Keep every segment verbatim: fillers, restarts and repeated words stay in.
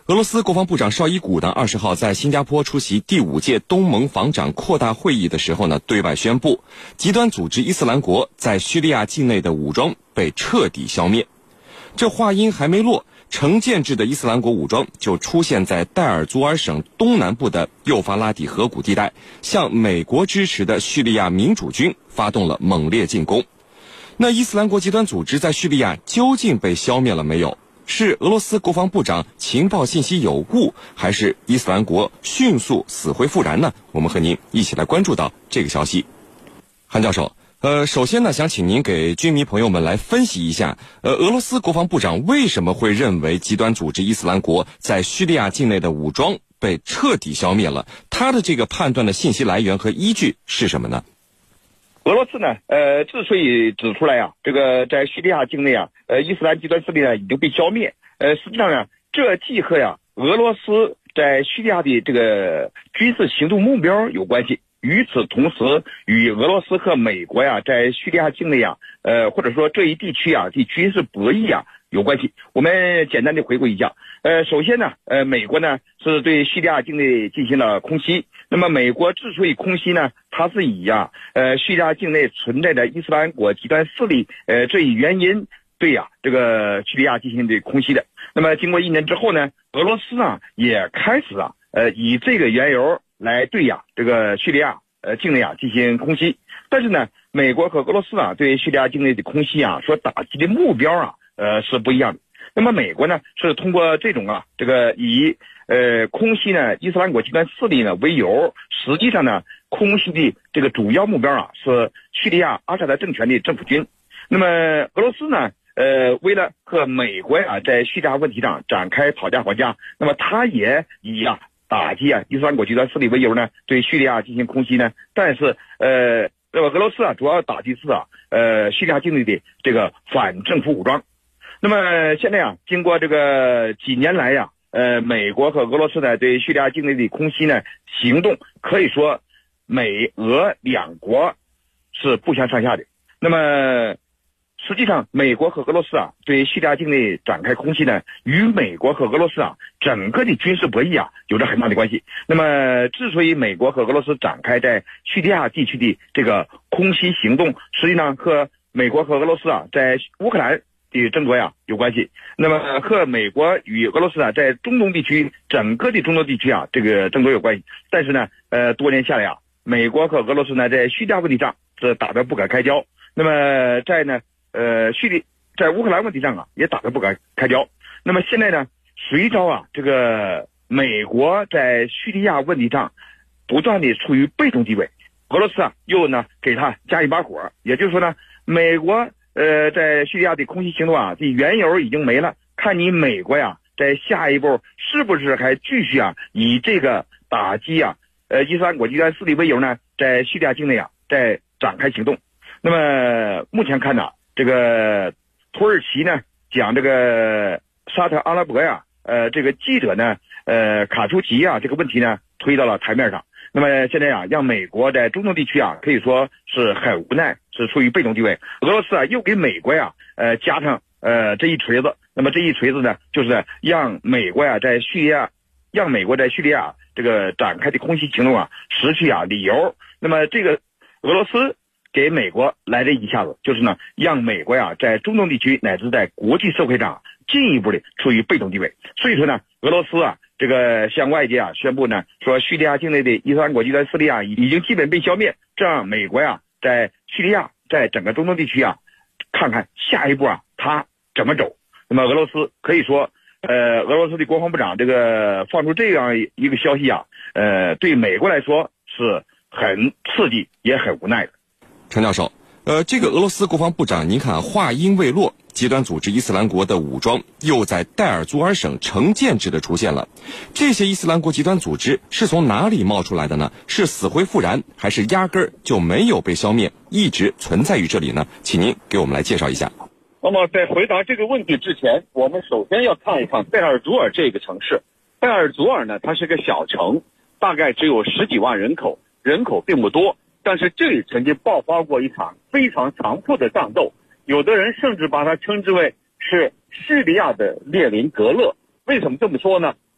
俄罗斯国防部长绍伊古呢，二十号在新加坡出席第五届东盟防长扩大会议的时候呢，对外宣布，极端组织伊斯兰国在叙利亚境内的武装被彻底消灭。这话音还没落，成建制的伊斯兰国武装就出现在代尔祖尔省东南部的幼发拉底河谷地带，向美国支持的叙利亚民主军发动了猛烈进攻。那伊斯兰国极端组织在叙利亚究竟被消灭了没有？是俄罗斯国防部长情报信息有误，还是伊斯兰国迅速死灰复燃呢？我们和您一起来关注到这个消息。韩教授，呃，首先呢，想请您给军迷朋友们来分析一下，呃，俄罗斯国防部长为什么会认为极端组织伊斯兰国在叙利亚境内的武装被彻底消灭了？他的这个判断的信息来源和依据是什么呢？ 俄罗斯呢，呃，之所以指出来啊，这个在叙利亚境内啊，呃，伊斯兰极端势力呢已经被消灭，呃，实际上呢，这既和呀俄罗斯在叙利亚的这个军事行动目标有关系，与此同时，与俄罗斯和美国呀在叙利亚境内啊，呃，或者说这一地区啊的军事博弈啊有关系。我们简单的回顾一下，呃，首先呢，呃，美国呢是对叙利亚境内进行了空袭。那么美国之所以空袭呢，它是以呀、啊，呃，叙利亚境内存在的伊斯兰国极端势力，呃，这一原因对呀、啊，这个叙利亚进行的空袭的。那么经过一年之后呢，俄罗斯啊也开始啊，呃，以这个缘由来对呀、啊、这个叙利亚呃境内啊进行空袭。但是呢，美国和俄罗斯啊对叙利亚境内的空袭啊所打击的目标啊，呃是不一样的。那么美国呢是通过这种啊这个以呃空袭呢伊斯兰国极端势力呢为由，实际上呢空袭的这个主要目标啊是叙利亚阿萨德政权的政府军。那么俄罗斯呢呃为了和美国呀、啊、在叙利亚问题上展开讨价还价，那么他也以啊打击啊伊斯兰国极端势力为由呢对叙利亚进行空袭呢。但是呃俄罗斯啊主要打击是啊呃叙利亚境内的这个反政府武装。那么现在啊，经过这个几年来呀、啊，呃，美国和俄罗斯呢对叙利亚境内的空袭呢行动，可以说美俄两国是不相上下的。那么实际上，美国和俄罗斯啊对叙利亚境内展开空袭呢，与美国和俄罗斯啊整个的军事博弈啊有着很大的关系。那么，之所以美国和俄罗斯展开在叙利亚地区的这个空袭行动，实际上和美国和俄罗斯啊在乌克兰的争夺呀有关系。那么和美国与俄罗斯啊在中东地区整个的中东地区啊这个争夺有关系。但是呢，呃，多年下来啊，美国和俄罗斯呢在叙利亚问题上是打得不可开交。那么在呢，呃，叙利在乌克兰问题上啊也打得不可开交。那么现在呢，随着啊这个美国在叙利亚问题上不断的处于被动地位，俄罗斯啊又呢给他加一把火。也就是说呢，美国呃，在叙利亚的空袭行动啊，这缘由已经没了，看你美国呀，在下一步是不是还继续啊，以这个打击啊，呃，伊斯兰国极端势力为由呢，在叙利亚境内啊，在展开行动。那么目前看呢，这个土耳其呢，讲这个沙特阿拉伯呀，呃，这个记者呢，呃，卡舒吉啊，这个问题呢，推到了台面上。那么现在啊，让美国在中东地区啊，可以说是很无奈，是处于被动地位。俄罗斯啊，又给美国呀，呃，加上呃这一锤子。那么这一锤子呢，就是让美国呀在叙利亚，让美国在叙利亚这个展开的空袭行动啊，失去啊理由。那么这个俄罗斯给美国来这一下子，就是呢，让美国呀在中东地区乃至在国际社会上进一步的处于被动地位。所以说呢，俄罗斯啊。这个向外界啊宣布呢，说叙利亚境内的伊斯兰国极端势力啊已经基本被消灭，这样美国呀在叙利亚在整个中东地区啊，看看下一步啊他怎么走。那么俄罗斯可以说，呃，俄罗斯的国防部长这个放出这样一个消息啊，呃，对美国来说是很刺激也很无奈的。 陈教授，呃，这个俄罗斯国防部长，您看话音未落，极端组织伊斯兰国的武装又在代尔祖尔省成建制的出现了。这些伊斯兰国极端组织是从哪里冒出来的呢？是死灰复燃，还是压根儿就没有被消灭，一直存在于这里呢？请您给我们来介绍一下。 那么在回答这个问题之前，我们首先要看一看代尔祖尔这个城市。代尔祖尔呢，它是个小城，大概只有十几万人口，人口并不多。但是这里曾经爆发过一场非常残酷的战斗，有的人甚至把它称之为是叙利亚的列宁格勒。为什么这么说呢？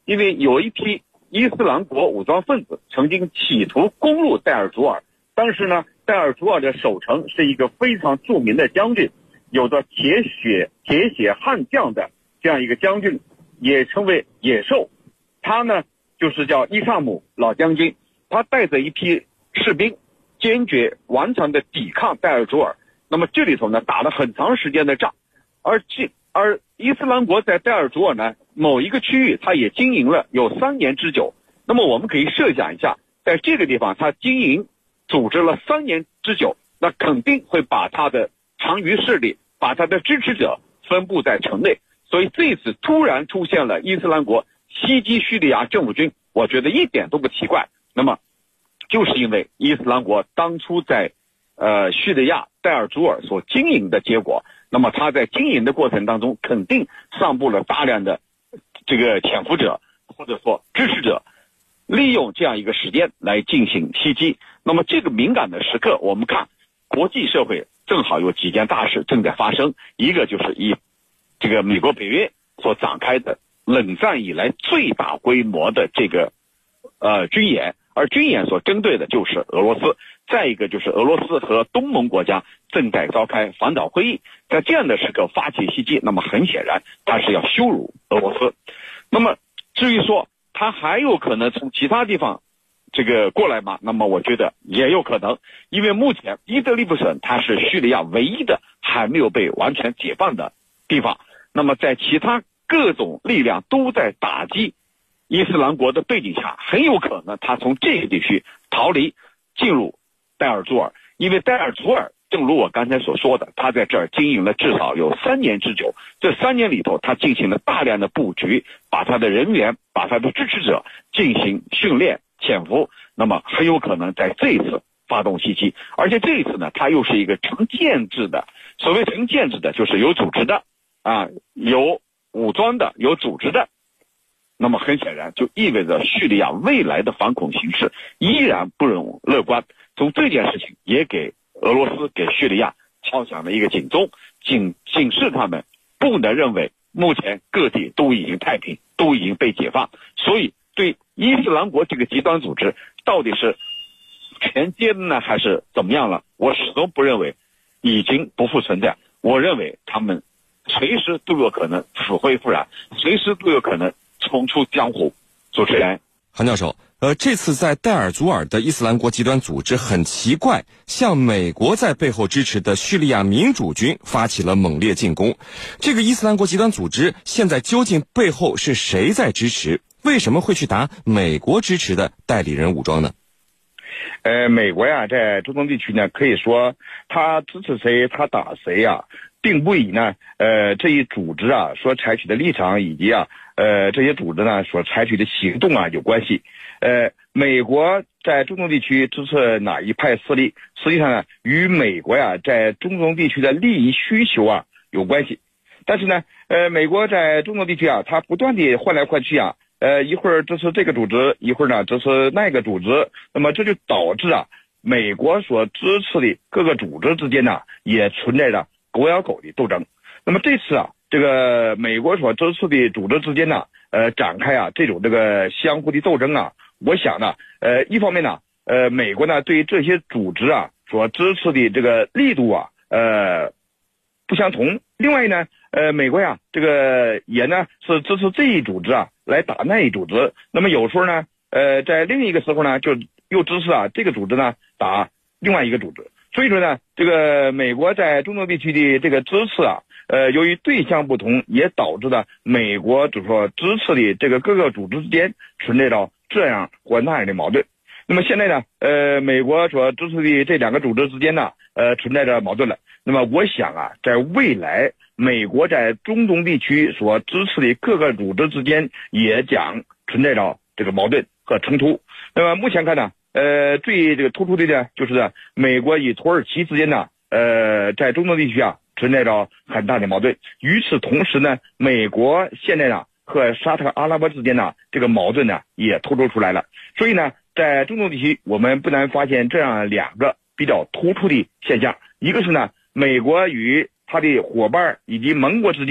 因为有一批伊斯兰国武装分子曾经企图攻入代尔祖尔，当时呢，代尔祖尔的守城是一个非常著名的将军，有着铁血铁血悍将的这样一个将军，也称为野兽。他呢就是叫伊萨姆老将军，他带着一批士兵坚决顽强的抵抗代尔祖尔。那么这里头呢打了很长时间的仗，而这而伊斯兰国在代尔祖尔呢某一个区域，它也经营了有三年之久。那么我们可以设想一下，在这个地方它经营组织了三年之久，那肯定会把他的残余势力，把他的支持者分布在城内。所以这次突然出现了伊斯兰国袭击叙利亚政府军，我觉得一点都不奇怪。那么就是因为伊斯兰国当初在呃叙利亚代尔祖尔所经营的结果，那么他在经营的过程当中肯定上布了大量的这个潜伏者或者说支持者，利用这样一个时间来进行袭击。那么这个敏感的时刻，我们看国际社会正好有几件大事正在发生，一个就是以这个美国北约所展开的冷战以来最大规模的这个呃军演，而军演所针对的就是俄罗斯。再一个就是俄罗斯和东盟国家正在召开反导会议，在这样的时刻发起袭击，那么很显然他是要羞辱俄罗斯。那么至于说他还有可能从其他地方这个过来吗？那么我觉得也有可能，因为目前伊德利卜省它是叙利亚唯一的还没有被完全解放的地方，那么在其他各种力量都在打击伊斯兰国的背景下，很有可能他从这个地区逃离进入代尔祖尔。因为代尔祖尔正如我刚才所说的，他在这儿经营了至少有三年之久，这三年里头他进行了大量的布局，把他的人员把他的支持者进行训练潜伏，那么很有可能在这一次发动袭击。而且这一次呢，它又是一个成建制的，所谓成建制的就是有组织的啊，有武装的，有组织的。那么很显然就意味着叙利亚未来的反恐形势依然不容乐观。从这件事情也给俄罗斯给叙利亚敲响了一个警钟，警警示他们不能认为目前各地都已经太平，都已经被解放。所以对伊斯兰国这个极端组织到底是全歼呢还是怎么样了，我始终不认为已经不复存在。我认为他们随时都有可能死灰复燃，随时都有可能重出江湖。主持人韩教授，呃，这次在代尔祖尔的伊斯兰国极端组织很奇怪，向美国在背后支持的叙利亚民主军发起了猛烈进攻。这个伊斯兰国极端组织现在究竟背后是谁在支持？为什么会去打美国支持的代理人武装呢？ 呃，美国呀，在中东地区呢，可以说他支持谁，他打谁呀，并不以呢，呃，这一组织啊所采取的立场以及啊，呃，这些组织呢所采取的行动啊有关系。呃，美国在中东地区支持哪一派势力，实际上呢，与美国呀在中东地区的利益需求啊有关系。但是呢，呃，美国在中东地区啊，它不断地换来换去啊。呃，一会儿支持这个组织，一会儿呢支持那个组织，那么这就导致啊，美国所支持的各个组织之间呢，也存在着狗咬狗的斗争。那么这次啊，这个美国所支持的组织之间呢，呃，展开啊这种这个相互的斗争啊，我想呢，呃，一方面呢，呃，美国呢对这些组织啊所支持的这个力度啊，呃，不相同。另外呢，呃，美国呀，这个也呢是支持这一组织啊来打那一组织。那么有时候呢，呃，在另一个时候呢，就又支持啊这个组织呢打另外一个组织。所以说呢，这个美国在中东地区的这个支持啊，呃，由于对象不同，也导致了美国就是说支持的这个各个组织之间存在着这样或那样的矛盾。那么现在呢，呃，美国所支持的这两个组织之间呢，呃，存在着矛盾了。那么我想啊，在未来，美国在中东地区所支持的各个组织之间也将存在着这个矛盾和冲突。那么目前看呢，呃，最这个突出的呢，就是美国与土耳其之间呢，呃，在中东地区啊，存在着很大的矛盾。与此同时呢，美国现在呢和沙特阿拉伯之间呢，这个矛盾呢也突出出来了。所以呢，在中东地区，我们不难发现这样两个比较突出的现象，一个是呢，美国与他的伙伴以及盟国之间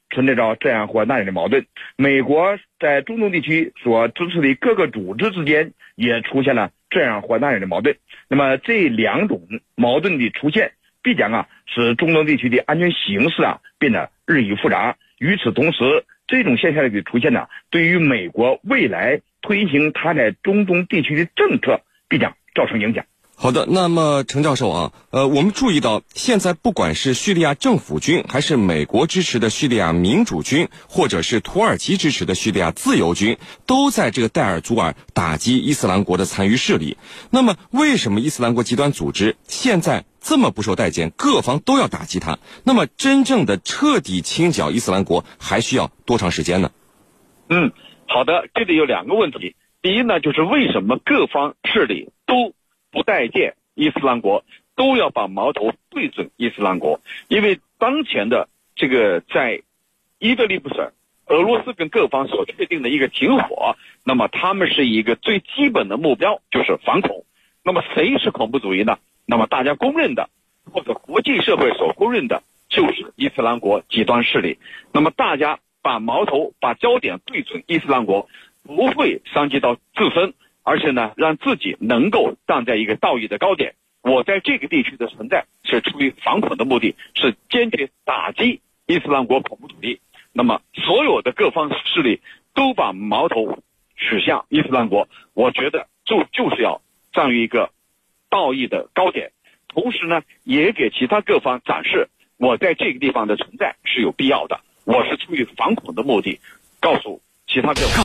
存在着这样或那样的矛盾。美国在中东地区所支持的各个组织之间也出现了这样或那样的矛盾。那么这两种矛盾的出现，必将啊使中东地区的安全形势啊变得日益复杂。与此同时，这种现象的出现呢，对于美国未来推行它在中东地区的政策必将造成影响。 好的，那么程教授啊，呃，我们注意到，现在不管是叙利亚政府军，还是美国支持的叙利亚民主军，或者是土耳其支持的叙利亚自由军，都在这个代尔祖尔打击伊斯兰国的残余势力。那么，为什么伊斯兰国极端组织现在这么不受待见，各方都要打击它？那么，真正的彻底清剿伊斯兰国还需要多长时间呢？ 嗯，好的，这里有两个问题。第一呢，就是为什么各方势力都不待见伊斯兰国，都要把矛头对准伊斯兰国？因为当前的这个在伊德利卜省，俄罗斯跟各方所确定的一个停火，那么他们是一个最基本的目标，就是反恐。那么谁是恐怖主义呢？那么大家公认的，或者国际社会所公认的，就是伊斯兰国极端势力。那么大家把矛头、把焦点对准伊斯兰国，不会伤及到自身，而且呢，让自己能够站在一个道义的高点。我在这个地区的存在是出于反恐的目的，是坚决打击伊斯兰国恐怖主义。那么所有的各方势力都把矛头指向伊斯兰国，我觉得就就是要站于一个道义的高点，同时呢，也给其他各方展示我在这个地方的存在是有必要的，我是出于反恐的目的，告诉其他各方。